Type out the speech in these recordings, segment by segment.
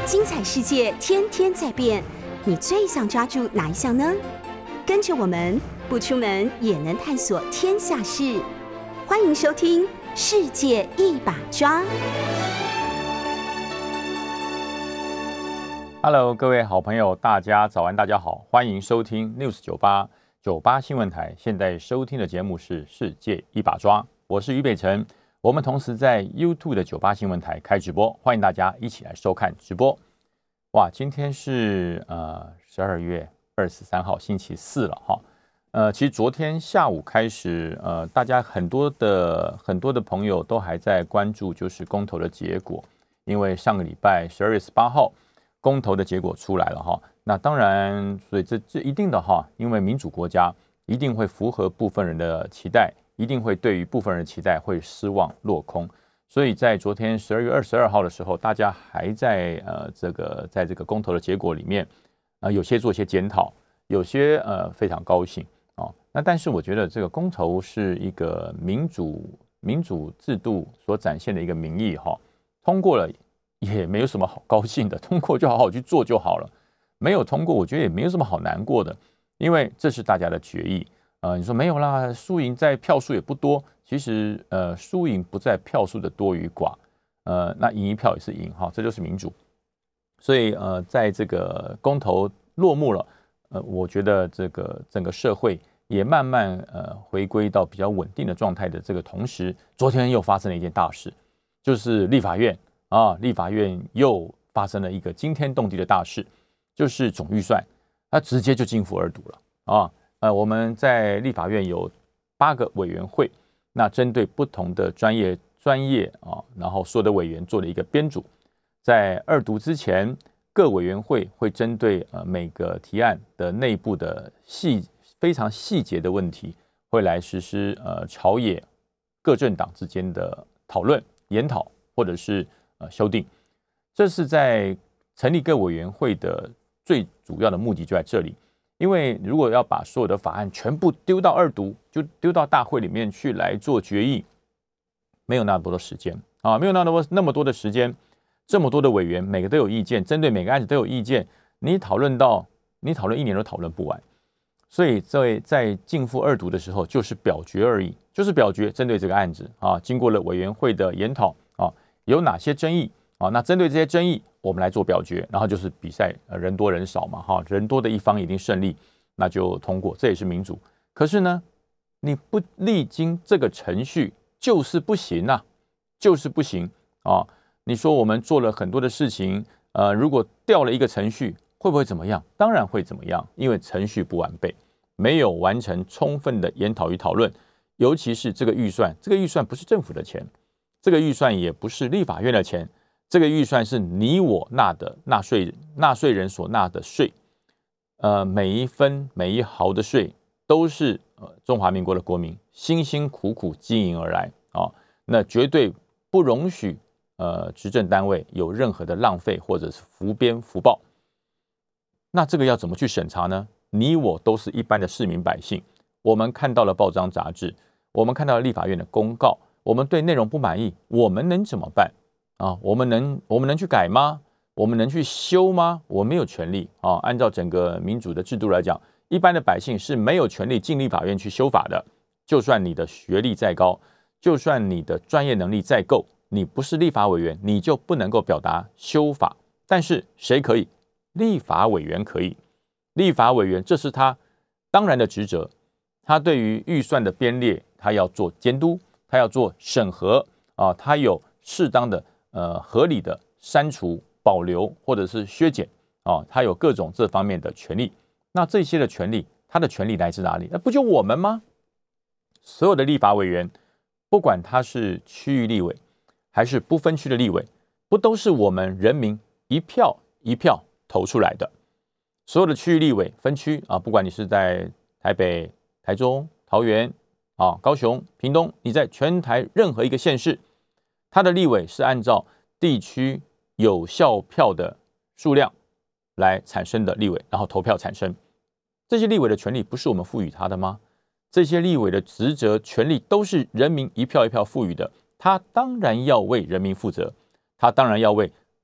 精彩世界天天在变，你最想抓住哪一项呢？跟着我们不出门也能探索天下事，欢迎收听《世界一把抓》。 Hello， 各位好朋友，大家早安，大家好，欢迎收听 News 98新闻台。现在收听的节目是《世界一把抓》，我是于北辰。我们同时在 YouTube 的98新闻台开直播，欢迎大家一起来收看直播。哇，今天是12月23号星期四了哈。其实昨天下午开始，大家很多的朋友都还在关注就是公投的结果，因为上个礼拜12月18号公投的结果出来了哈。那当然，所以这一定的哈，因为民主国家一定会符合部分人的期待，一定会对于部分人的期待会失望落空。所以在昨天12月22号的时候，大家还在在这个公投的结果里面，有些做一些检讨，有些非常高兴哦。那但是我觉得这个公投是一个民主制度所展现的一个民意哈，通过了也没有什么好高兴的，通过就好好去做就好了。没有通过，我觉得也没有什么好难过的，因为这是大家的决议。你说没有啦，输赢在票数也不多。其实输赢不在票数的多与寡，那赢一票也是赢哈，这就是民主。所以在这个公投落幕了，我觉得这个整个社会也慢慢回归到比较稳定的状态的这个同时，昨天又发生了一件大事，就是立法院又发生了一个惊天动地的大事，就是总预算它直接就进覆二读了啊。我们在立法院有8个委员会，那针对不同的专业然后所有的委员做了一个编组，在二读之前，各委员会会针对每个提案的内部的非常细节的问题，会来实施朝野各政党之间的讨论、研讨或者是修订。这是在成立各委员会的最主要的目的就在这里。因为如果要把所有的法案全部丢到二读，就丢到大会里面去来做决议，没有那么多的时间啊，没有那么多的时间，这么多的委员，每个都有意见，针对每个案子都有意见，你讨论1年都讨论不完。所以在进覆二读的时候，就是表决而已，就是表决针对这个案子啊，经过了委员会的研讨啊，有哪些争议啊？那针对这些争议，我们来做表决，然后就是比赛，人多人少嘛，人多的一方一定胜利，那就通过，这也是民主。可是呢，你不历经这个程序，就是不行啊，就是不行啊！你说我们做了很多的事情，如果掉了一个程序，会不会怎么样？当然会怎么样，因为程序不完备，没有完成充分的研讨与讨论，尤其是这个预算不是政府的钱，这个预算也不是立法院的钱。这个预算是你我纳的纳税人所纳的税，每一分每一毫的税都是中华民国的国民辛辛苦苦经营而来啊，那绝对不容许执政单位有任何的浪费或者是浮编浮报。那这个要怎么去审查呢？你我都是一般的市民百姓，我们看到了报章杂志，我们看到了立法院的公告，我们对内容不满意，我们能怎么办？我们能去改吗？我们能去修吗？我没有权利啊！按照整个民主的制度来讲，一般的百姓是没有权利进立法院去修法的。就算你的学历再高，就算你的专业能力再够，你不是立法委员，你就不能够表达修法。但是谁可以？立法委员可以。立法委员这是他当然的职责，他对于预算的编列，他要做监督，他要做审核啊，他有适当的合理的删除、保留或者是削减他有各种这方面的权利。那这些的权利，他的权利来自哪里？那不就我们吗？所有的立法委员，不管他是区域立委还是不分区的立委，不都是我们人民一票一票投出来的？所有的区域立委分区不管你是在台北、台中、桃园高雄、屏东，你在全台任何一个县市，他的立委是按照地区有效票的数量来产生的立委，然后投票产生。这些立委的权利不是我们赋予他的吗？这些立委的职责权利都是人民一票一票赋予的，他当然要为人民负责，他当然要为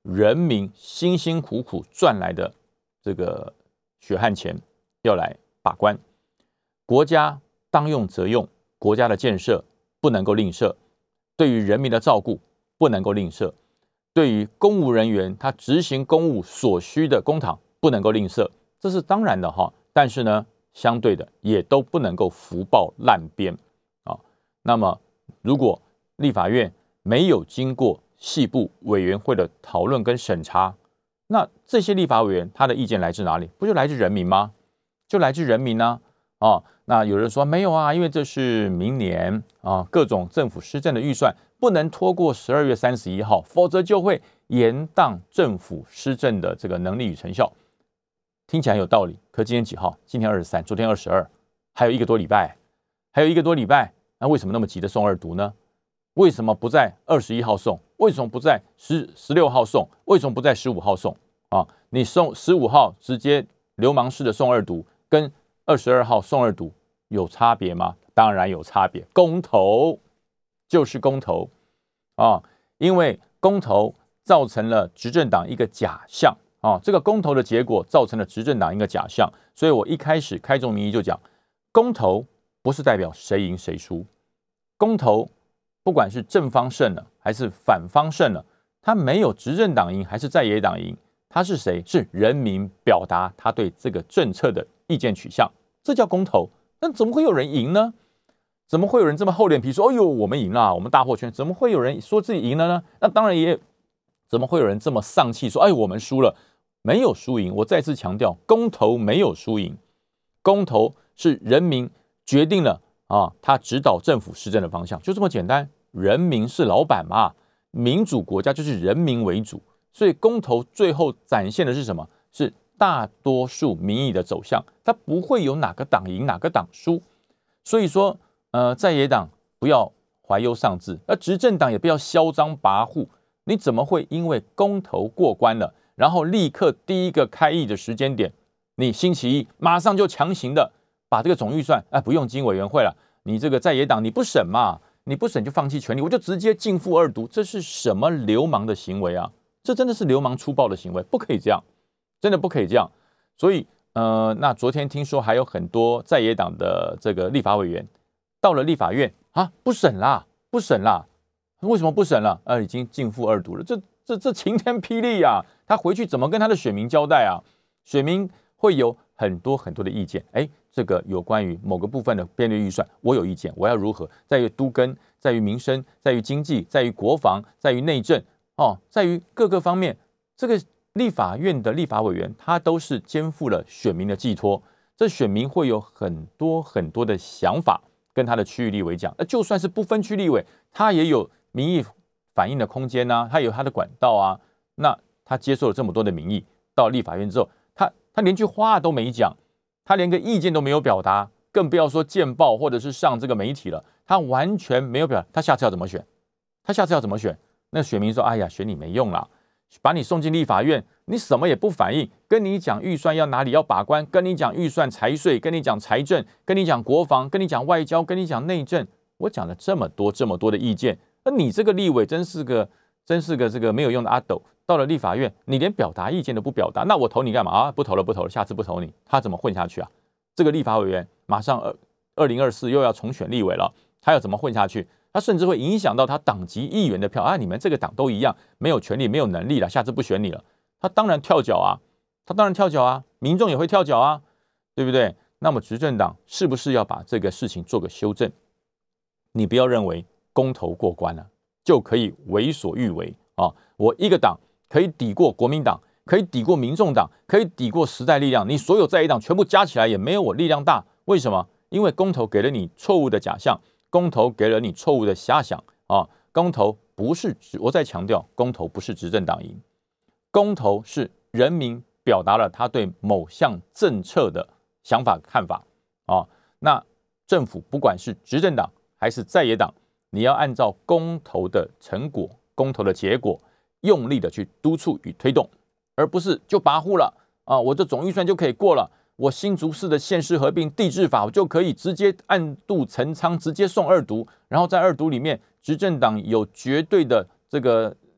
人民辛辛苦苦赚来的这个血汗钱要来把关。国家当用则用，国家的建设不能够吝啬，对于人民的照顾不能够吝啬，对于公务人员他执行公务所需的公帑不能够吝啬，这是当然的哈。但是呢，相对的也都不能够福报烂边啊。那么，如果立法院没有经过细部委员会的讨论跟审查，那这些立法委员他的意见来自哪里？不就来自人民吗？就来自人民呢？那有人说没有啊，因为这是明年啊，各种政府施政的预算不能拖过12月31号，否则就会延宕政府施政的这个能力与成效。听起来有道理，可今天几号？今天23，昨天22，还有1个多礼拜，那为什么那么急的送二读呢？为什么不在21号送？为什么不在16号送？为什么不在15号送？你送15号直接流氓式的送二读，跟22号送二读有差别吗？当然有差别，公投就是公投因为公投造成了执政党一个假象这个公投的结果造成了执政党一个假象，所以我一开始开宗明义就讲，公投不是代表谁赢谁输，公投不管是正方胜了还是反方胜了，他没有执政党赢还是在野党赢，他是谁？是人民表达他对这个政策的意见取向，这叫公投。那怎么会有人赢呢？怎么会有人这么厚脸皮说，哎呦，我们赢了，我们大获全？怎么会有人说自己赢了呢？那当然也怎么会有人这么丧气说，哎，我们输了？没有输赢。我再次强调，公投没有输赢，公投是人民决定了他指导政府施政的方向，就这么简单。人民是老板嘛，民主国家就是人民为主，所以公投最后展现的是什么？是大多数民意的走向，它不会有哪个党赢哪个党输。所以说在野党不要怀忧丧志，而执政党也不要嚣张跋扈。你怎么会因为公投过关了，然后立刻第一个开议的时间点，你星期一马上就强行的把这个总预算不用经委员会了，你这个在野党你不审嘛，你不审就放弃权利，我就直接逕付二读，这是什么流氓的行为啊？这真的是流氓粗暴的行为，不可以这样，真的不可以这样。所以那昨天听说还有很多在野党的这个立法委员到了立法院不审啦，为什么不审了？已经逕付二读了，这晴天霹雳啊！他回去怎么跟他的选民交代啊？选民会有很多很多的意见。这个有关于某个部分的编列预算，我有意见，我要如何？在于都更，在于民生，在于经济，在于国防，在于内政在于各个方面。这个立法院的立法委员，他都是肩负了选民的寄托。这选民会有很多很多的想法，跟他的区域立委讲。就算是不分区立委，他也有民意反映的空间他有他的管道那他接受了这么多的民意，到立法院之后，他连句话都没讲，他连个意见都没有表达，更不要说见报或者是上这个媒体了。他完全没有表达，他下次要怎么选？那选民说：“哎呀，选你没用啦，把你送进立法院，你什么也不反映，跟你讲预算要哪里要把关，跟你讲预算财税，跟你讲财政，跟你讲国防，跟你讲外交，跟你讲内政。我讲了这么多的意见，那你这个立委真是个这个没有用的阿斗。到了立法院，你连表达意见都不表达，那我投你干嘛不投了，下次不投你，他怎么混下去啊？这个立法委员马上2024又要重选立委了，他要怎么混下去？他甚至会影响到他党籍议员的票你们这个党都一样，没有权利，没有能力了，下次不选你了。他当然跳脚民众也会跳脚对不对？那么执政党是不是要把这个事情做个修正？你不要认为公投过关了就可以为所欲为我一个党可以抵过国民党，可以抵过民众党，可以抵过时代力量，你所有在野党全部加起来也没有我力量大。为什么？因为公投给了你错误的假象，公投给了你错误的遐想公投不是，我再强调，公投不是执政党赢，公投是人民表达了他对某项政策的想法看法那政府不管是执政党还是在野党，你要按照公投的成果、公投的结果，用力的去督促与推动，而不是就跋扈了我的总预算就可以过了，我新竹市的县市合并地制法我就可以直接暗度陈仓，直接送二读，然后在二读里面，执政党有绝对的这个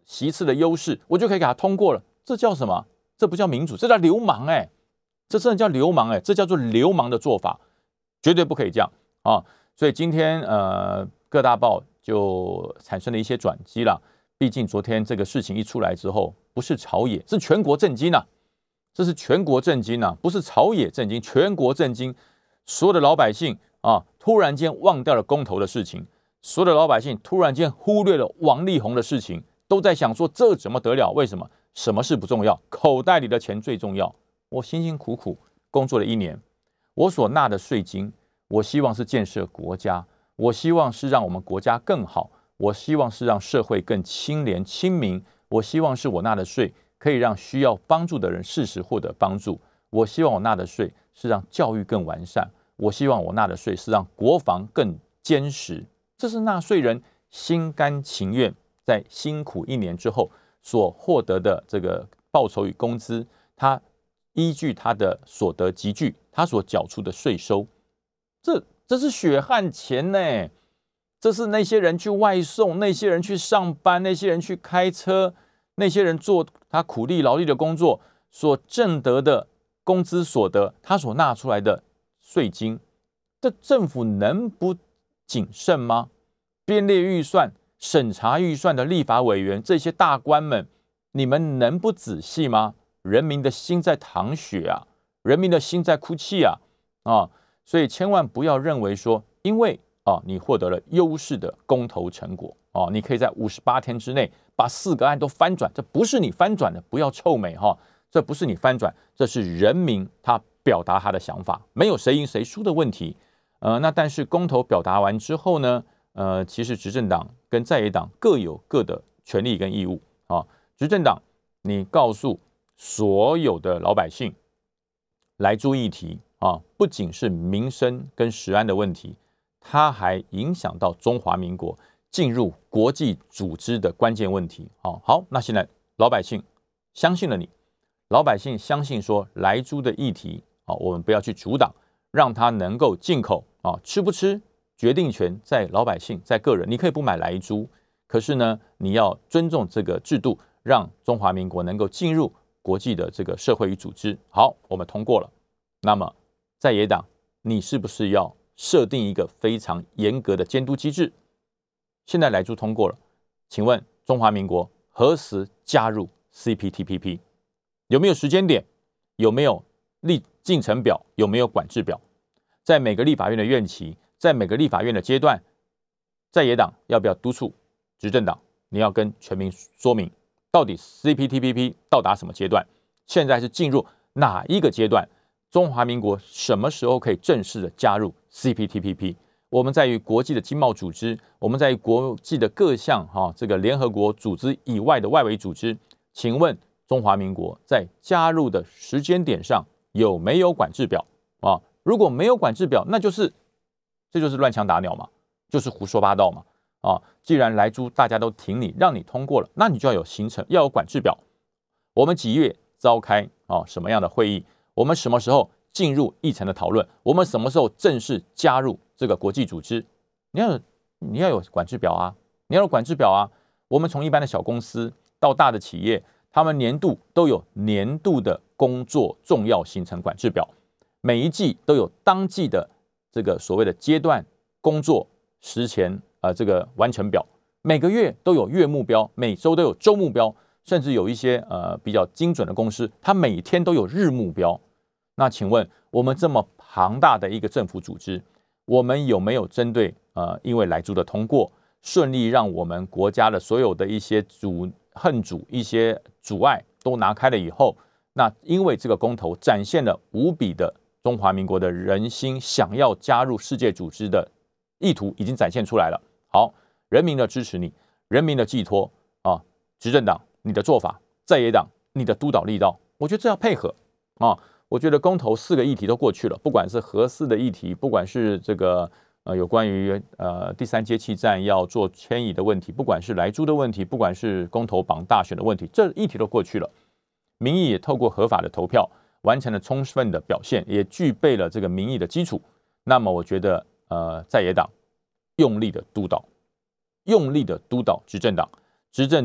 席次的优势，我就可以给他通过了。这叫什么？这不叫民主，这叫流氓哎！这真的叫流氓哎！这叫做流氓的做法，绝对不可以这样啊！所以今天各大报就产生了一些转机了。毕竟昨天这个事情一出来之后，不是朝野，是全国震惊啊！这是全国震惊啊，不是朝野震惊，全国震惊。所有的老百姓啊，突然间忘掉了公投的事情，所有的老百姓突然间忽略了王力宏的事情，都在想说这怎么得了？为什么？什么事不重要？口袋里的钱最重要。我辛辛苦苦工作了1年，我所纳的税金，我希望是建设国家，我希望是让我们国家更好，我希望是让社会更清廉亲民，我希望是我纳的税可以让需要帮助的人适时获得帮助，我希望我纳的税是让教育更完善，我希望我纳的税是让国防更坚实。这是纳税人心甘情愿在辛苦1年之后所获得的这个报酬与工资，他依据他的所得集聚，他所缴出的税收，这是血汗钱呢。这是那些人去外送，那些人去上班，那些人去开车，那些人做他苦力劳力的工作所挣得的工资所得，他所纳出来的税金，这政府能不谨慎吗？编列预算、审查预算的立法委员，这些大官们，你们能不仔细吗？人民的心在淌血啊，人民的心在哭泣啊！所以千万不要认为说，因为你获得了优势的公投成果你可以在58天之内把4个案都翻转，这不是你翻转的，不要臭美这不是你翻转，这是人民他表达他的想法，没有谁赢谁输的问题。那但是公投表达完之后呢，其实执政党跟在野党各有各的权利跟义务执政党，你告诉所有的老百姓，莱猪议题不仅是民生跟食安的问题，它还影响到中华民国进入国际组织的关键问题。好，那现在老百姓相信了你，老百姓相信说莱猪的议题我们不要去阻挡，让它能够进口吃不吃决定权在老百姓，在个人。你可以不买莱猪，可是呢，你要尊重这个制度，让中华民国能够进入国际的这个社会与组织。好，我们通过了。那么在野党，你是不是要设定一个非常严格的监督机制？现在莱猪通过了，请问中华民国何时加入 CPTPP？ 有没有时间点？有没有进程表？有没有管制表？在每个立法院的院期，在每个立法院的阶段，在野党要不要督促执政党？你要跟全民说明，到底 CPTPP 到达什么阶段？现在是进入哪一个阶段？中华民国什么时候可以正式的加入 CPTPP？ 我们在于国际的经贸组织，我们在于国际的各项这个联合国组织以外的外围组织，请问中华民国在加入的时间点上有没有管制表如果没有管制表，这就是乱枪打鸟嘛，就是胡说八道嘛既然莱猪大家都挺你，让你通过了，那你就要有行程，要有管制表。我们几月召开什么样的会议？我们什么时候进入议程的讨论？我们什么时候正式加入这个国际组织？你要有管制表啊！你要有管制表啊！我们从一般的小公司到大的企业，他们年度都有年度的工作重要行程管制表，每一季都有当季的这个所谓的阶段工作时前这个完成表，每个月都有月目标，每周都有周目标，甚至有一些比较精准的公司，它每天都有日目标。那请问我们这么庞大的一个政府组织，我们有没有针对因为莱猪的通过，顺利让我们国家的所有的一些恨阻、一些阻碍都拿开了以后，那因为这个公投展现了无比的中华民国的人心，想要加入世界组织的意图已经展现出来了。好，人民的支持你，人民的寄托执政党你的做法，在野党你的督导力道，我觉得这要配合我觉得公投4个议题都过去了，不管是核四的议题，不管是这个有关于第3阶气站要做迁移的问题，不管是莱猪的问题，不管是公投绑大选的问题，这议题都过去了。民意也透过合法的投票完成了充分的表现，也具备了这个民意的基础。那么我觉得在野党用力的督导执政党，执政党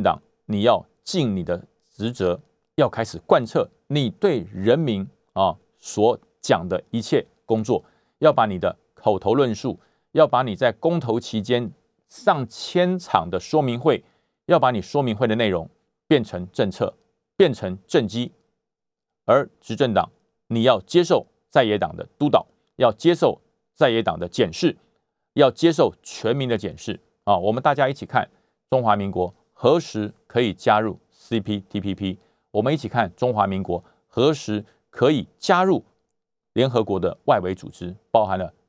你要尽你的职责，要开始贯彻你对人民所讲的一切工作，要把你的口头论述，要把你在公投期间上千场的说明会，要把你说明会的内容变成政策，变成政绩。而执政党，你要接受在野党的督导，要接受在野党的检视，要接受全民的检视我们大家一起看中华民国何时可以加入 CPTPP， 我们一起看中华民国何时可以加入联合国的外围组织，包含了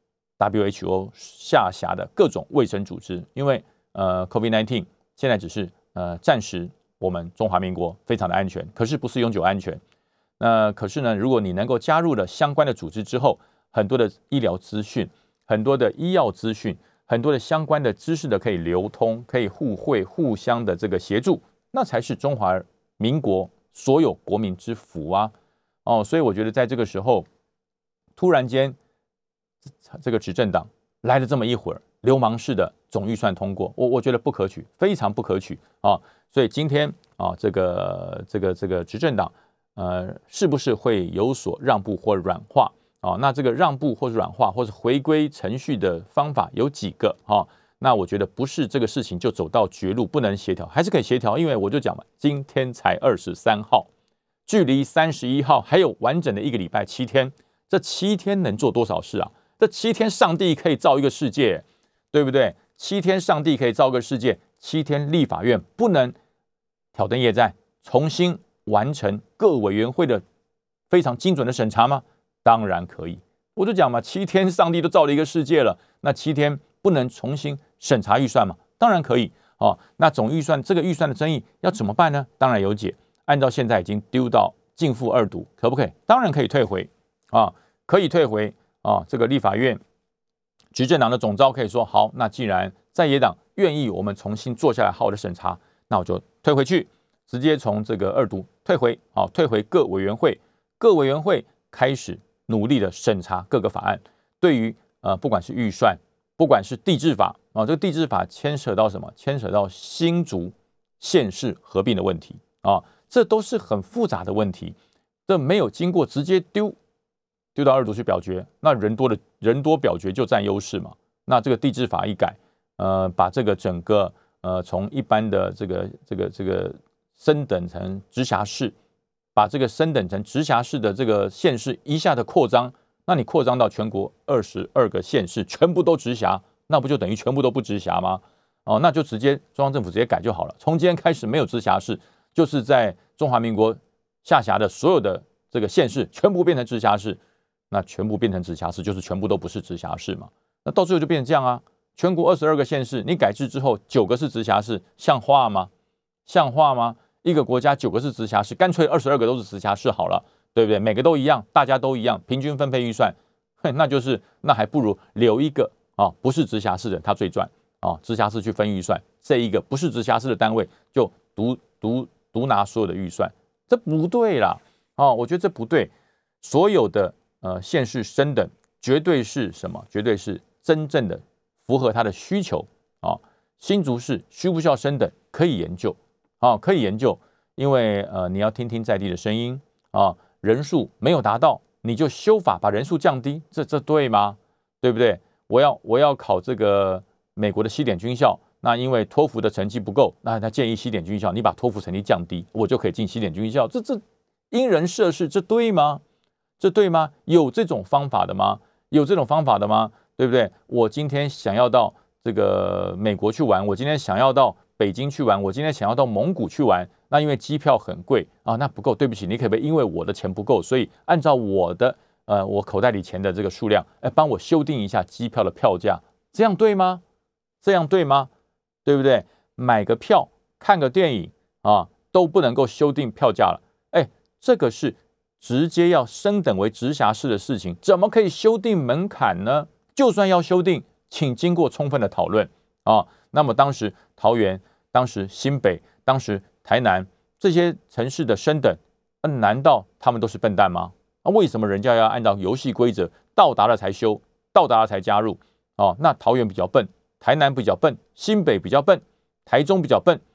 WHO 下辖的各种卫生组织。因为COVID-19 现在只是暂时我们中华民国非常的安全，可是不是永久安全。可是呢，如果你能够加入了相关的组织之后，很多的医疗资讯、很多的医药资讯、很多的相关的知识的可以流通，可以互惠、互相的这个协助，那才是中华民国所有国民之福啊！所以我觉得在这个时候，突然间这个执政党来了这么一会儿，流氓式的总预算通过，我觉得不可取，非常不可取所以今天这个执政党是不是会有所让步或软化那这个让步或者软化或者回归程序的方法有几个那我觉得不是这个事情就走到绝路，不能协调，还是可以协调。因为我就讲嘛，今天才23号，距离31号还有完整的1个礼拜7天，这7天能做多少事啊？这7天上帝可以造一个世界，对不对？7天上帝可以造个世界，7天立法院不能挑灯夜战，重新完成各委员会的非常精准的审查吗？当然可以。我就讲嘛，7天上帝都造了一个世界了，那7天不能重新审查预算吗？当然可以那总预算这个预算的争议要怎么办呢？当然有解，按照现在已经丢到逕付2读，可不可以？当然可以退回可以退回这个立法院执政党的总召可以说好，那既然在野党愿意我们重新坐下来好好的审查，那我就退回去，直接从这个2读退回退回各委员会，各委员会开始努力的审查各个法案。对于不管是预算，不管是地制法这个地制法牵扯到什么？牵扯到新竹县市合并的问题这都是很复杂的问题，这没有经过直接丢到2读去表决，那人多表决就占优势嘛。那这个地制法一改，把这个整个从一般的这个升等成直辖市，把这个升等成直辖市的这个县市一下的扩张，那你扩张到全国22个县市全部都直辖，那不就等于全部都不直辖吗？那就直接中央政府直接改就好了。从今天开始没有直辖市，就是在中华民国下辖的所有的这个县市全部变成直辖市，那全部变成直辖市就是全部都不是直辖市嘛？那到最后就变成这样啊！全国22个县市，你改制之后9个是直辖市，像话吗？像话吗？一个国家9个是直辖市，干脆22个都是直辖市好了，对不对？每个都一样，大家都一样，平均分配预算，那还不如留一个不是直辖市的他最赚直辖市去分预算，这一个不是直辖市的单位就独拿所有的预算，这不对啦我觉得这不对。所有的县市升等绝对是什么？绝对是真正的符合他的需求新竹市需不需要升等？可以研究可以研究，因为你要听听在地的声音人数没有达到，你就修法把人数降低，这对吗？对不对？我要考这个美国的西点军校，那因为托福的成绩不够，那他建议西点军校，你把托福成绩降低，我就可以进西点军校，这因人设事，这对吗？这对吗？有这种方法的吗？有这种方法的吗？对不对？我今天想要到这个美国去玩，我今天想要到北京去玩，我今天想要到蒙古去玩，那因为机票很贵那不够，对不起，你可不可以因为我的钱不够，所以按照我的我口袋里钱的这个数量，帮我修订一下机票的票价，这样对吗？这样对吗？对不对？买个票看个电影都不能够修订票价了，这个是直接要升等为直辖市的事情，怎么可以修订门槛呢？就算要修订，请经过充分的讨论那么当时桃园、当时新北、当时台南这些城市的升等，难道他们都是笨蛋吗？为什么人家要按照游戏规则，到达了才修，到达了才加入那桃园比较笨，台南比较笨，新北比较笨，台中比较笨，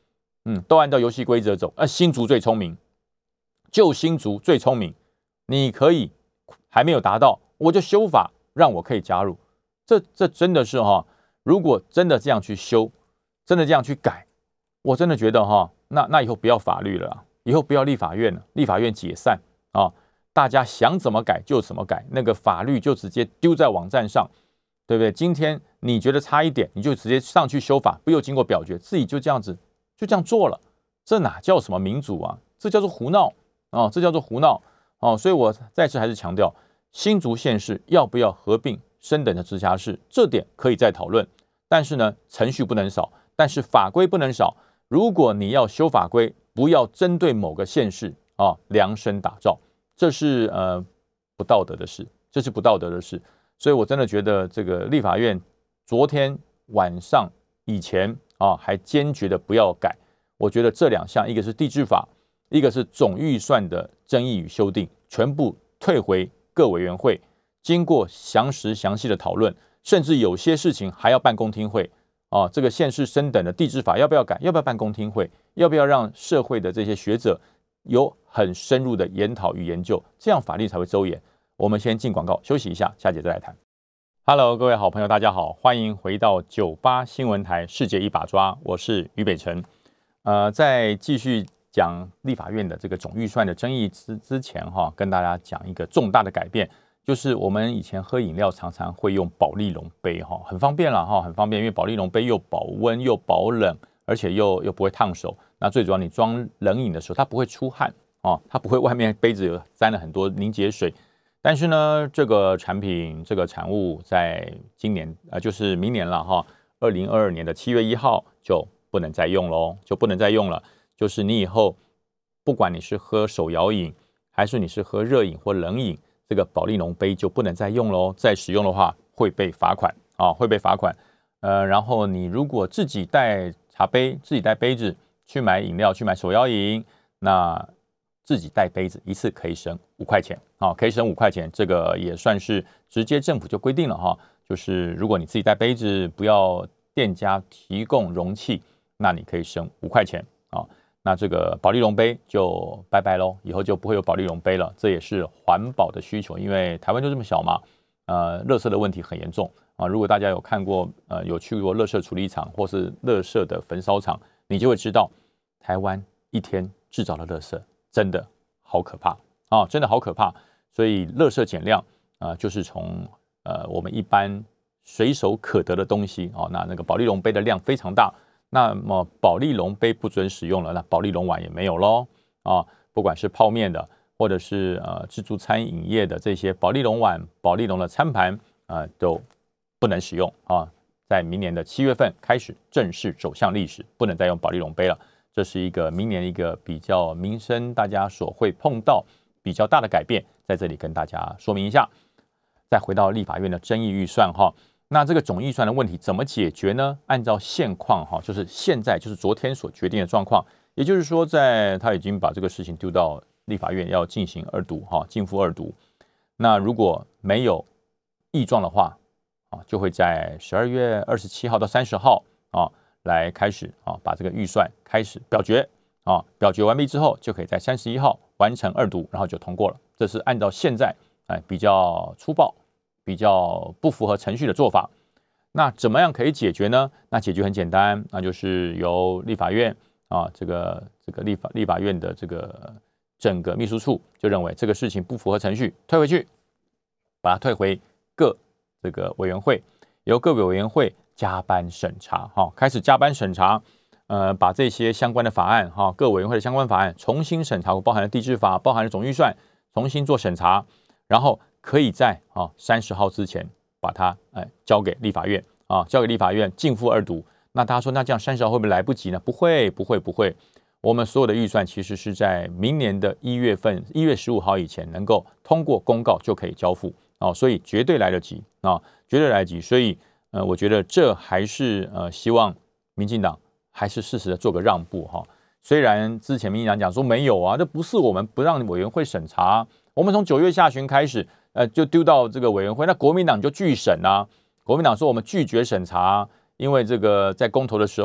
都按照游戏规则走。新竹最聪明，就新竹最聪明，你可以还没有达到，我就修法让我可以加入。这真的是如果真的这样去修，真的这样去改，我真的觉得那以后不要法律了，以后不要立法院了，立法院解散大家想怎么改就怎么改，那个法律就直接丢在网站上，对不对？今天你觉得差一点，你就直接上去修法，不用经过表决，自己就这样子就这样做了，这哪叫什么民主啊？这叫做胡闹这叫做胡闹所以我再次还是强调，新竹县市要不要合并升等的直辖市，这点可以再讨论，但是呢，程序不能少，但是法规不能少。如果你要修法规，不要针对某个县市量身打造。这是不道德的事，这是不道德的事，所以我真的觉得这个立法院昨天晚上以前还坚决的不要改。我觉得这两项，一个是地制法，一个是总预算的争议与修订，全部退回各委员会，经过详细的讨论，甚至有些事情还要办公听会这个县市升等的地制法要不要改？要不要办公听会？要不要让社会的这些学者有很深入的研讨与研究，这样法律才会周延。我们先进广告休息一下，下节再来谈。Hello， 各位好朋友，大家好，欢迎回到98新闻台世界一把抓，我是于北辰。在继续讲立法院的这个总预算的争议之前跟大家讲一个重大的改变，就是我们以前喝饮料常常会用保丽龙杯很方便了很方便，因为保丽龙杯又保温又保冷，而且又不会烫手。那最主要，你装冷饮的时候，它不会出汗它不会外面杯子有沾了很多凝结水。但是呢，这个产品这个产物在今年就是明年了2022年的7月1号就不能再用喽，就不能再用了。就是你以后不管你是喝手摇饮，还是你是喝热饮或冷饮，这个保丽龙杯就不能再用喽。再使用的话会被罚款会被罚款。然后你如果自己带茶杯、自己带杯子去买饮料、去买手摇饮，那自己带杯子一次可以省5块钱可以省5块钱。这个也算是直接政府就规定了就是如果你自己带杯子，不要店家提供容器，那你可以省5块钱那这个保丽龙杯就拜拜咯，以后就不会有保丽龙杯了。这也是环保的需求，因为台湾就这么小嘛，垃圾的问题很严重如果大家有看过有去过垃圾处理厂或是垃圾的焚烧厂，你就会知道台湾一天制造的垃圾真的好可怕真的好可怕。所以垃圾减量就是从我们一般随手可得的东西那个保丽龙杯的量非常大，那么保丽龙杯不准使用了，那保丽龙碗也没有咯不管是泡面的，或者是自助餐饮业的这些保丽龙碗、保丽龙的餐盘都不能使用在明年的7月份开始正式走向历史，不能再用保丽龙杯了。这是一个明年一个比较民生大家所会碰到比较大的改变，在这里跟大家说明一下。再回到立法院的争议预算那这个总预算的问题怎么解决呢？按照现况就是现在就是昨天所决定的状况，也就是说他已经把这个事情丢到立法院要进行二读逕付二读。那如果没有异状的话就会在12月27号到30号来开始把这个预算开始表决表决完毕之后，就可以在31号完成二读，然后就通过了。这是按照现在比较粗暴、比较不符合程序的做法。那怎么样可以解决呢？那解决很简单，那就是由立法院这个立法院的这个整个秘书处就认为这个事情不符合程序，退回去，把它退回各这个委员会，由各个委员会加班审查开始加班审查。把这些相关的法案各委员会的相关法案重新审查，包含了地制法，包含了总预算，重新做审查，然后可以在30号之前把它交给立法院交给立法院逕付二读。那大家说，那这样30号会不会来不及呢？不会。我们所有的预算其实是在明年的1月15号以前能够通过公告就可以交付所以绝对来得及绝对来得及。所以我觉得这还是希望民进党还是适时的做个让步虽然之前民进党讲说没有这不是我们不让委员会审查，我们从9月下旬开始就丢到这个委员会，那国民党就拒审国民党说我们拒绝审查，因为这个在公投的时候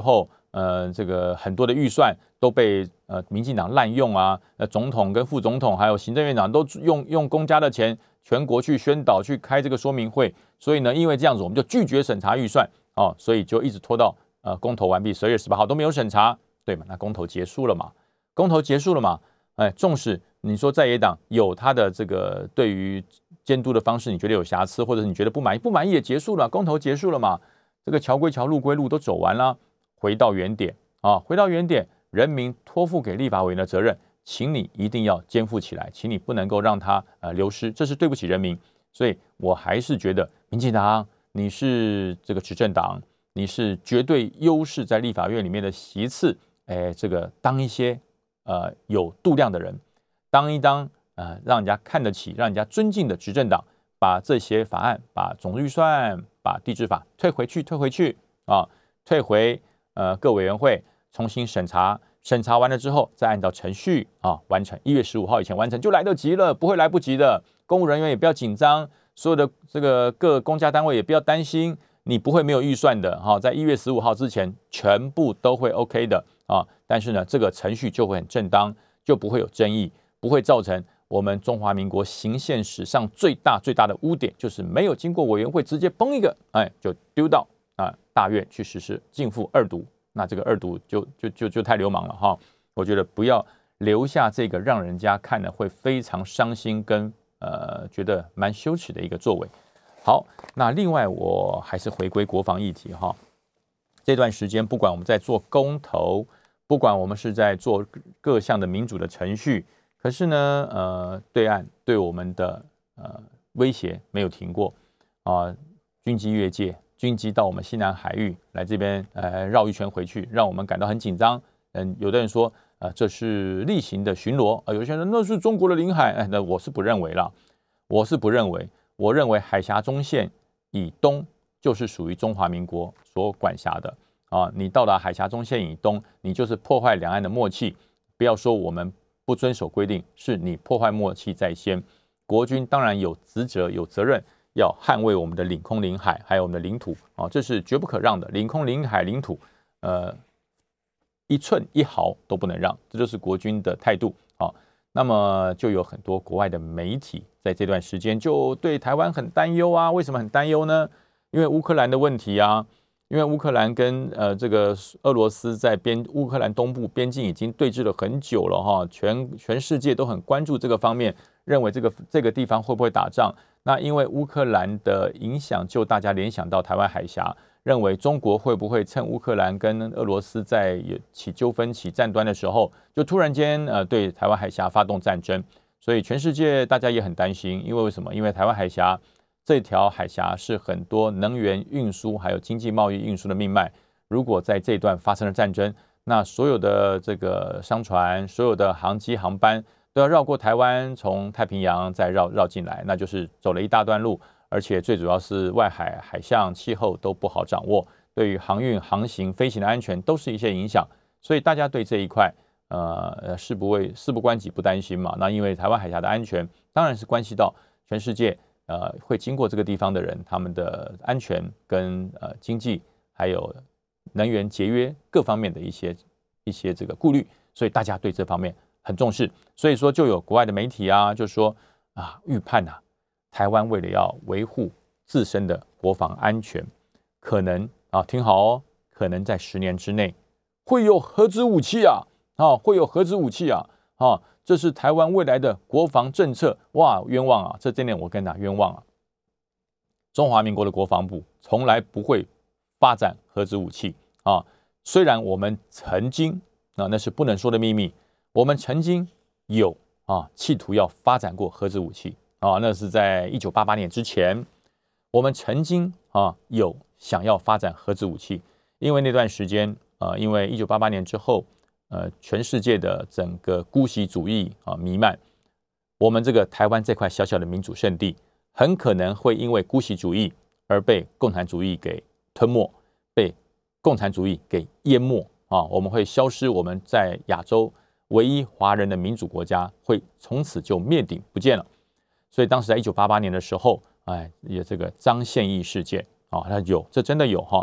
这个很多的预算都被民进党滥用啊，总统跟副总统还有行政院长都用公家的钱，全国去宣导去开这个说明会，所以呢，因为这样子我们就拒绝审查预算哦，所以就一直拖到公投完毕12月18号都没有审查，对嘛？那公投结束了嘛？纵使你说在野党有他的这个对于监督的方式，你觉得有瑕疵，或者是你觉得不满意也结束了，公投结束了嘛？这个桥归桥，路归路都走完了，回到原点啊，回到原点，人民托付给立法委员的责任，请你一定要肩负起来，请你不能够让它流失，这是对不起人民。所以我还是觉得，民进党你是这个执政党，你是绝对优势在立法院里面的席次，这个当一些有度量的人，当让人家看得起、让人家尊敬的执政党，把这些法案、把总预算、把地质法退回去啊，退回各委员会重新审查，审查完了之后再按照程序完成，1月15号以前完成就来得及了，不会来不及的。公务人员也不要紧张，所有的这个各公家单位也不要担心，你不会没有预算的在1月15号之前全部都会 OK 的但是呢，这个程序就会很正当，就不会有争议，不会造成我们中华民国行宪史上最大的污点，就是没有经过委员会直接崩一个就丢到大院去实施逕付2读，那这个2读就太流氓了我觉得不要留下这个让人家看了会非常伤心跟觉得蛮羞耻的一个作为。好，那另外我还是回归国防议题这段时间不管我们在做公投，不管我们是在做各项的民主的程序，可是呢对岸对我们的威胁没有停过军机越界，军机到我们西南海域来这边绕一圈回去，让我们感到很紧张。有的人说这是例行的巡逻有些人那是中国的领海那我是不认为啦，我认为海峡中线以东就是属于中华民国所管辖的你到达海峡中线以东，你就是破坏两岸的默契。不要说我们不遵守规定，是你破坏默契在先。国军当然有职责有责任要捍卫我们的领空领海还有我们的领土这是绝不可让的，领空领海领土一寸一毫都不能让，这就是国军的态度那么就有很多国外的媒体在这段时间就对台湾很担忧为什么很担忧呢？因为乌克兰的问题因为乌克兰跟这个俄罗斯在乌克兰东部边境已经对峙了很久了全世界都很关注这个方面，认为这个地方会不会打仗。那因为乌克兰的影响，就大家联想到台湾海峡，认为中国会不会趁乌克兰跟俄罗斯在起纠纷起战端的时候，就突然间对台湾海峡发动战争。所以全世界大家也很担心，因为为什么？因为台湾海峡这条海峡是很多能源运输还有经济贸易运输的命脉，如果在这一段发生了战争，那所有的这个商船、所有的航机航班都要绕过台湾，从太平洋再绕进来，那就是走了一大段路，而且最主要是外海海象气候都不好掌握，对于航运、航行、飞行的安全都是一些影响。所以大家对这一块事不关己不担心嘛。那因为台湾海峡的安全当然是关系到全世界会经过这个地方的人，他们的安全跟经济还有能源节约各方面的一些这个顾虑，所以大家对这方面很重视。所以说就有国外的媒体就说预判台湾为了要维护自身的国防安全，可能听好可能在10年之内会有核子武器会有核子武器这是台湾未来的国防政策。哇，冤枉这点我跟大家冤枉中华民国的国防部从来不会发展核子武器虽然我们曾经那是不能说的秘密，我们曾经有企图要发展过核子武器那是在1988年之前，我们曾经有想要发展核子武器。因为那段时间因为1988年之后全世界的整个姑息主义弥漫，我们这个台湾这块小小的民主圣地，很可能会因为姑息主义而被共产主义给吞没，被共产主义给淹没我们会消失，我们在亚洲唯一华人的民主国家会从此就灭顶不见了。所以当时在1988年的时候有这个张献义事件这真的有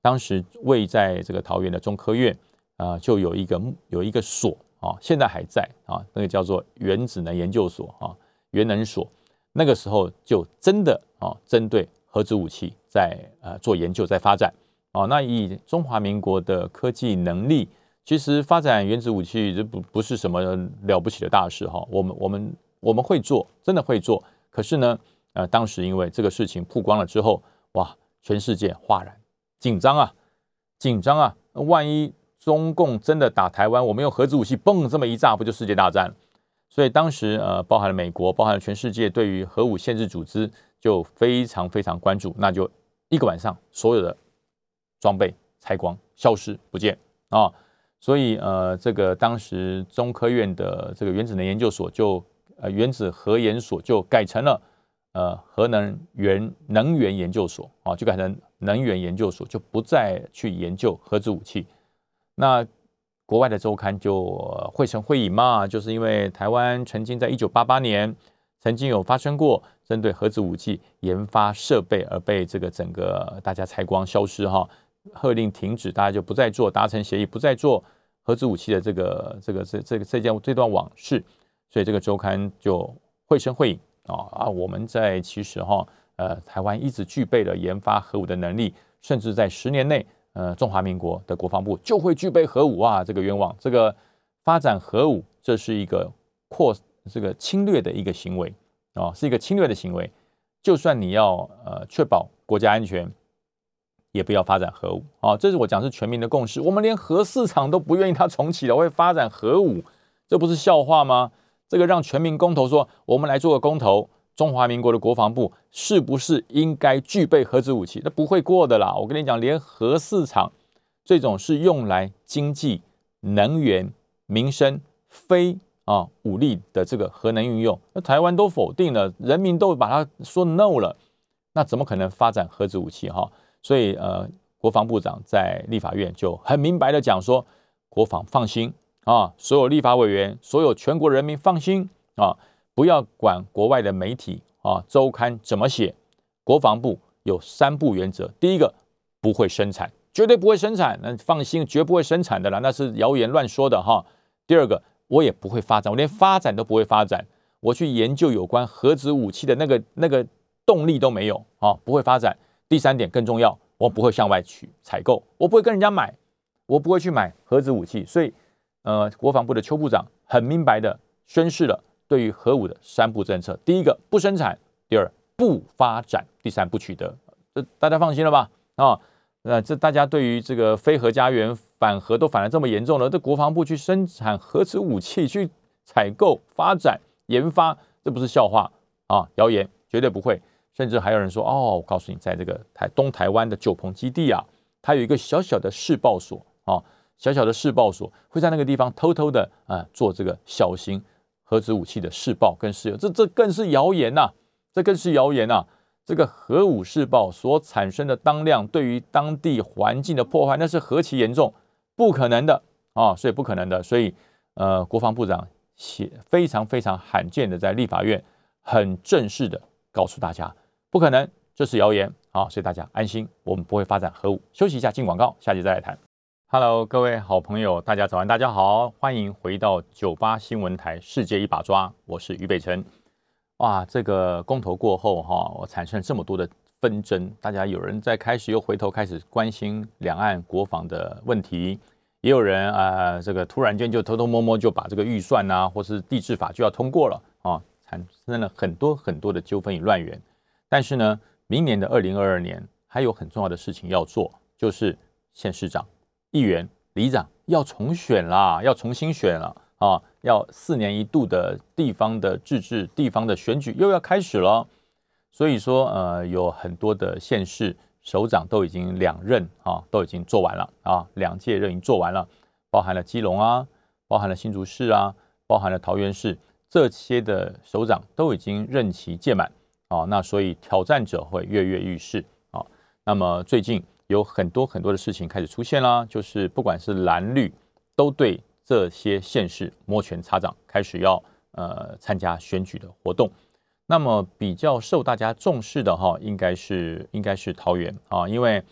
当时位在这个桃园的中科院就有一个所现在还在那个叫做原子能研究所原能所。那个时候就真的针对核子武器在做研究，在发展那以中华民国的科技能力，其实发展原子武器这不是什么了不起的大事我们会做，真的会做。可是呢当时因为这个事情曝光了之后，哇，全世界哗然，紧张啊！万一中共真的打台湾，我们用核子武器蹦这么一炸，不就世界大战了？所以当时包含了美国，包含了全世界，对于核武限制组织就非常非常关注。那就一个晚上，所有的装备拆光，消失不见所以这个当时中科院的这个原子能研究所原子核研所就改成了核能源研究所就改成能源研究所，就不再去研究核子武器。那国外的周刊就绘声绘影嘛，就是因为台湾曾经在1988年曾经有发生过针对核子武器研发设备而被这个整个大家拆光消失喝令停止，大家就不再做，达成协议不再做核子武器的这段往事。所以这个周刊就绘声绘影我们在其实台湾一直具备了研发核武的能力，甚至在10年内中华民国的国防部就会具备核武这个冤枉，这个发展核武，这是一个侵略的一个行为是一个侵略的行为。就算你要确保国家安全，也不要发展核武这是我讲是全民的共识。我们连核4厂都不愿意它重启了，会发展核武，这不是笑话吗？这个让全民公投说，我们来做个公投，中华民国的国防部是不是应该具备核子武器？那不会过的啦！我跟你讲，连核4厂这种是用来经济、能源、民生、非武力的这个核能运用，那台湾都否定了，人民都把它说 no 了，那怎么可能发展核子武器所以国防部长在立法院就很明白的讲说，国防放心所有立法委员，所有全国人民放心不要管国外的媒体周刊怎么写，国防部有3不原则。第一个，不会生产，绝对不会生产，那放心，绝不会生产的啦，那是谣言乱说的第二个，我也不会发展，我连发展都不会发展，我去研究有关核子武器的那个动力都没有不会发展。第3点更重要，我不会向外去采购，我不会跟人家买，我不会去买核子武器。所以国防部的邱部长很明白的宣示了对于核武的3不政策：第一个，不生产；第二，不发展；第3，不取得。这大家放心了吧？这大家对于这个非核家园反核都反得这么严重了，这国防部去生产核子武器，去采购、发展、研发，这不是笑话谣言绝对不会。甚至还有人说我告诉你，在这个东台湾的九鹏基地它有一个小小的试爆所小小的试爆所会在那个地方偷偷的做这个小型核子武器的试爆跟试用，这更是谣言这更是谣言这个核武试爆所产生的当量对于当地环境的破坏，那是何其严重，不可能的所以不可能的。所以国防部长非常非常罕见的在立法院很正式的告诉大家，不可能，这是谣言所以大家安心，我们不会发展核武。休息一下，进广告，下集再来谈。Hello， 各位好朋友，大家早安，大家好，欢迎回到98新闻台世界一把抓，我是于北辰。哇，这个公投过后我产生这么多的纷争，大家有人在又回头开始关心两岸国防的问题，也有人这个突然间就偷偷摸摸就把这个预算或是地治法就要通过了产生了很多很多的纠纷与乱源。但是呢，明年的2022年还有很重要的事情要做，就是县市长、议员、里长要重选啦，要重新选了要4年1度的地方的自治、地方的选举又要开始了。所以说有很多的县市首长都已经2任都已经做完了2届任已经做完了，包含了基隆包含了新竹市包含了桃园市，这些的首长都已经任期届满那所以挑战者会跃跃欲试那么最近有很多很多的事情开始出现啦，就是不管是蓝绿都对这些县市摩拳擦掌，开始要参加选举的活动。那么比较受大家重视的应该是桃园因为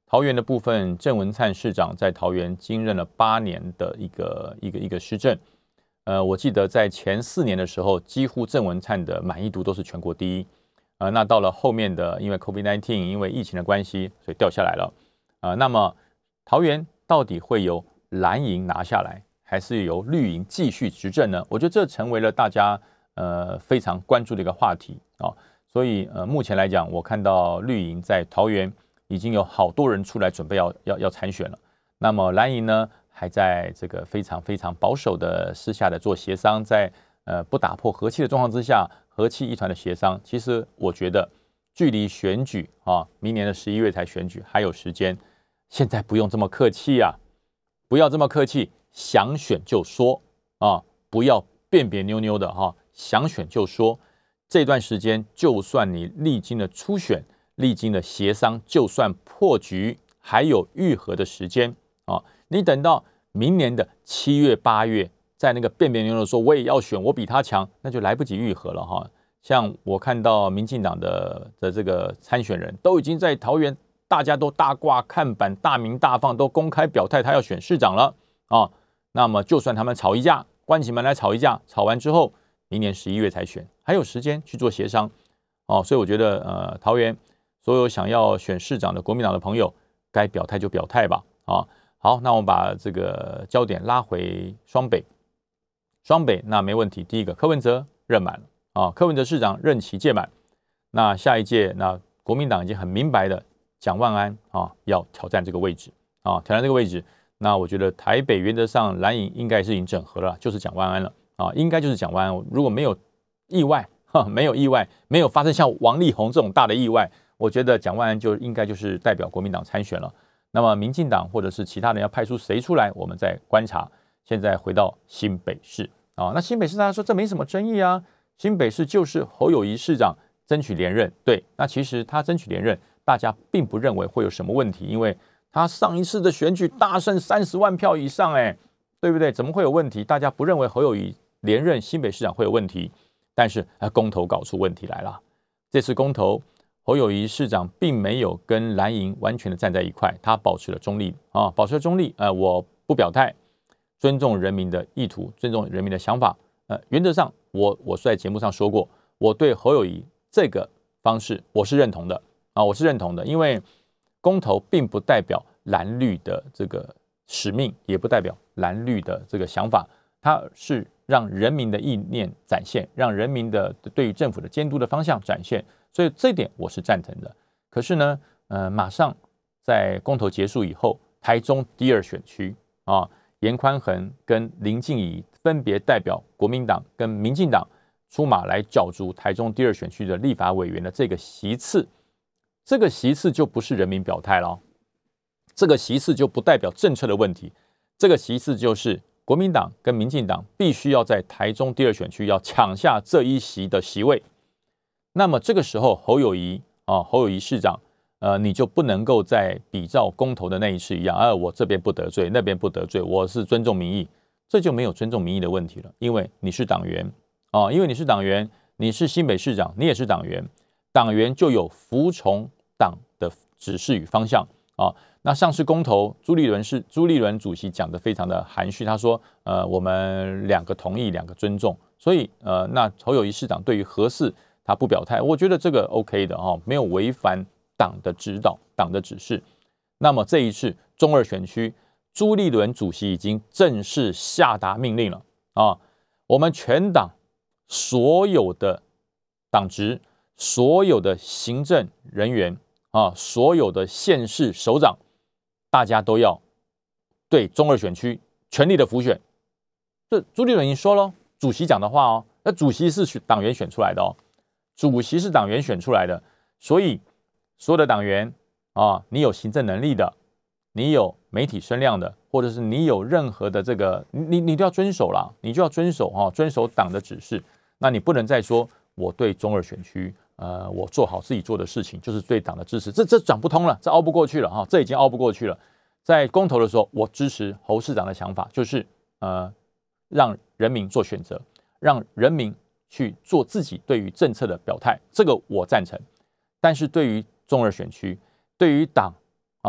桃园的部分，郑文灿市长在桃园经任了8年的一个施政。我记得在前4年的时候，几乎郑文灿的满意度都是全国第一。那到了后面的，因为 COVID-19， 因为疫情的关系，所以掉下来了。那么桃园到底会由蓝营拿下来，还是由绿营继续执政呢？我觉得这成为了大家非常关注的一个话题啊。所以目前来讲，我看到绿营在桃园已经有好多人出来准备要参选了。那么蓝营呢，还在这个非常非常保守的私下的做协商，在不打破和气的状况之下，和气一团的协商。其实我觉得距离选举明年的11月才选举，还有时间。现在不用这么客气啊，不要这么客气，想选就说不要别别扭扭的想选就说。这段时间，就算你历经了初选，历经了协商，就算破局，还有愈合的时间你等到明年的7月、8月，在那个别别扭扭说我也要选，我比他强，那就来不及愈合了像我看到民进党的这个参选人都已经在桃园，大家都大挂看板，大鸣大放，都公开表态他要选市长了那么就算他们吵一架，关起门来吵一架，吵完之后，明年11月才选，还有时间去做协商所以我觉得桃园所有想要选市长的国民党的朋友，该表态就表态吧好，那我们把这个焦点拉回双北。双北那没问题，第一个柯文哲任满了柯文哲市长任期届满，那下一届那国民党已经很明白的，蒋万安要挑战这个位置挑战这个位置。那我觉得台北原则上蓝营应该是已经整合了，就是蒋万安了应该就是蒋万安。如果没有意外没有意外，没有发生像王力宏这种大的意外，我觉得蒋万安就应该就是代表国民党参选了。那么民进党或者是其他人要派出谁出来，我们再观察。现在回到新北市那新北市大家说这没什么争议啊，新北市就是侯友宜市长争取连任。对，那其实他争取连任，大家并不认为会有什么问题，因为他上一次的选举大胜30万票以上对不对？怎么会有问题？大家不认为侯友宜连任新北市长会有问题。但是公投搞出问题来了。这次公投，侯友宜市长并没有跟蓝营完全的站在一块，他保持了中立保持了中立。我不表态，尊重人民的意图，尊重人民的想法。原则上，我在节目上说过，我对侯友宜这个方式我是认同的我是认同的，因为公投并不代表蓝绿的这个使命，也不代表蓝绿的这个想法，它是让人民的意念展现，让人民的对于政府的监督的方向展现，所以这一点我是赞成的。可是呢，马上在公投结束以后，台中第2选区严宽恒跟林静怡分别代表国民党跟民进党出马来角逐台中第2选区的立法委员的这个席次，这个席次就不是人民表态了这个席次就不代表政策的问题，这个席次就是国民党跟民进党必须要在台中第2选区要抢下这一席的席位。那么这个时候侯友宜市长你就不能够再比照公投的那一次一样我这边不得罪，那边不得罪，我是尊重民意，这就没有尊重民意的问题了。因为你是党员因为你是党员，你是新北市长，你也是党员，党员就有服从党的指示与方向那上次公投，朱立伦主席讲得非常的含蓄，他说我们2个同意，2个尊重，所以那侯友宜市长对于核四他不表态，我觉得这个 OK 的没有违反党的指导，党的指示。那么这一次中2选区，朱立伦主席已经正式下达命令了我们全党所有的党职，所有的行政人员所有的县市首长，大家都要对中2选区全力的辅选。这朱立伦已经说了，主席讲的话那主席是党员选出来的主席是党员选出来的，所以所有的党员你有行政能力的，你有媒体声量的，或者是你有任何的这个，你都要遵守啦，你就要遵守遵守党的指示。那你不能再说我对中2选区我做好自己做的事情，就是对党的支持，这讲不通了，这凹不过去了这已经凹不过去了。在公投的时候，我支持侯市长的想法，就是让人民做选择，让人民去做自己对于政策的表态，这个我赞成。但是对于中2选区，对于党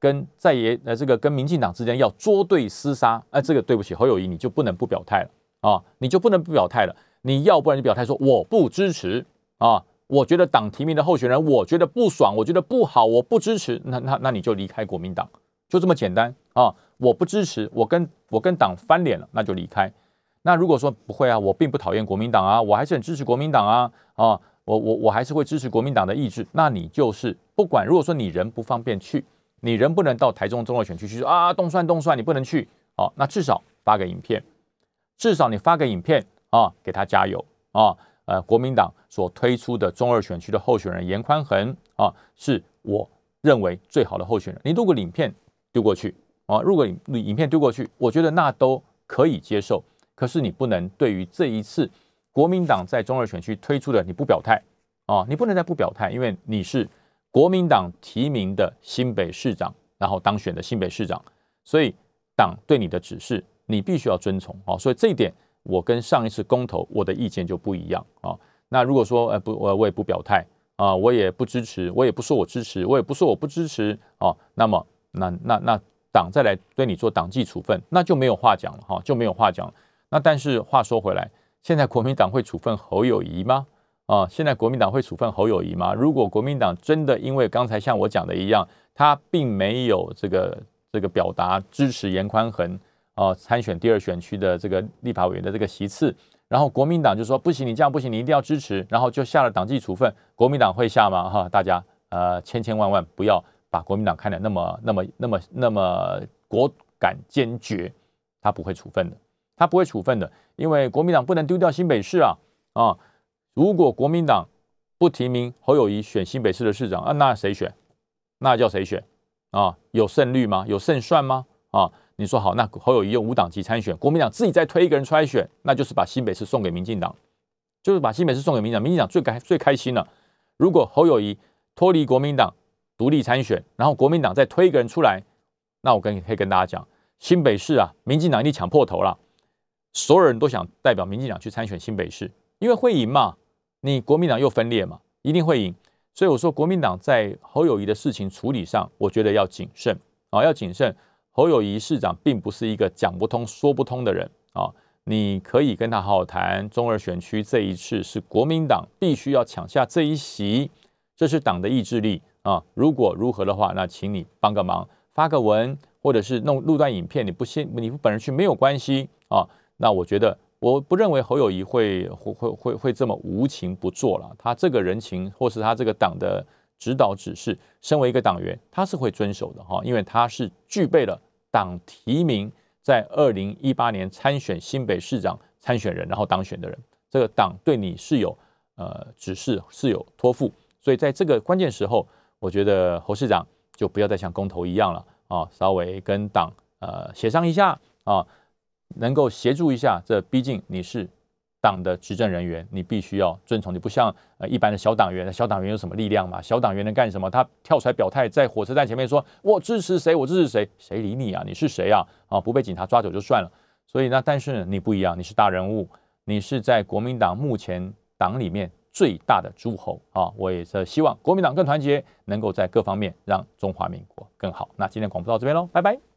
跟这个跟民进党之间要捉对厮杀，这个对不起侯友宜你就不能不表态了啊，你就不能不表态了，你要不然就表态说我不支持啊，我觉得党提名的候选人我觉得不爽，我觉得不好，我不支持，那你就离开国民党，就这么简单啊，我不支持，我跟党翻脸了，那就离开。那如果说不会啊，我并不讨厌国民党啊，我还是很支持国民党啊，我还是会支持国民党的意志，那你就是不管，如果说你人不方便去，你人不能到台中中二选区去说啊动算你不能去，那至少发个影片，至少你发个影片啊，给他加油啊，国民党所推出的中二选区的候选人严宽恒啊，是我认为最好的候选人。你如果影片丢过去啊，如果影片丢过去，我觉得那都可以接受。可是你不能对于这一次国民党在中二选区推出的你不表态啊，你不能再不表态，因为你是国民党提名的新北市长，然后当选的新北市长，所以党对你的指示你必须要遵从啊。所以这一点我跟上一次公投我的意见就不一样啊。那如果说我也不表态啊，我也不支持，我也不说我支持，我也不说我不支持啊，那么那党再来对你做党纪处分，那就没有话讲了哈，就没有话讲了。那但是话说回来，现在国民党会处分侯友宜吗？现在国民党会处分侯友宜吗？如果国民党真的因为刚才像我讲的一样，他并没有这个表达支持严宽恒参选第二选区的这个立法委员的这个席次，然后国民党就说不行，你这样不行，你一定要支持，然后就下了党纪处分，国民党会下吗？哈，大家千万不要把国民党看得那么果敢坚决，他不会处分的。他不会处分的，因为国民党不能丢掉新北市啊！如果国民党不提名侯友宜选新北市的市长那谁选？那叫谁选？有胜率吗？有胜算吗？你说好，那侯友宜用无党籍参选，国民党自己再推一个人出来选，那就是把新北市送给民进党，就是把新北市送给民进党，民进党最开心了。如果侯友宜脱离国民党独立参选，然后国民党再推一个人出来，那我可以跟大家讲，新北市民进党一定抢破头了。所有人都想代表民进党去参选新北市，因为会赢嘛，你国民党又分裂嘛，一定会赢。所以我说国民党在侯友宜的事情处理上，我觉得要谨慎要谨慎。侯友宜市长并不是一个讲不通说不通的人你可以跟他好好谈。中二选区这一次是国民党必须要抢下这一席，这是党的意志力如果如何的话，那请你帮个忙，发个文，或者是录段影片，你不本人去没有关系那我觉得，我不认为侯友宜会这么无情不做了。他这个人情，或是他这个党的指导指示，身为一个党员，他是会遵守的因为他是具备了党提名在2018年参选新北市长参选人，然后当选的人，这个党对你是有指示，是有托付，所以在这个关键时候，我觉得侯市长就不要再像公投一样了稍微跟党协商一下能够协助一下，这毕竟你是党的执政人员，你必须要遵从。你不像一般的小党员，小党员有什么力量嘛？小党员能干什么？他跳出来表态，在火车站前面说我支持谁，我支持谁，谁理你啊？你是谁啊？不被警察抓走就算了。所以但是你不一样，你是大人物，你是在国民党目前党里面最大的诸侯我也是希望国民党更团结，能够在各方面让中华民国更好。那今天广播到这边喽，拜拜。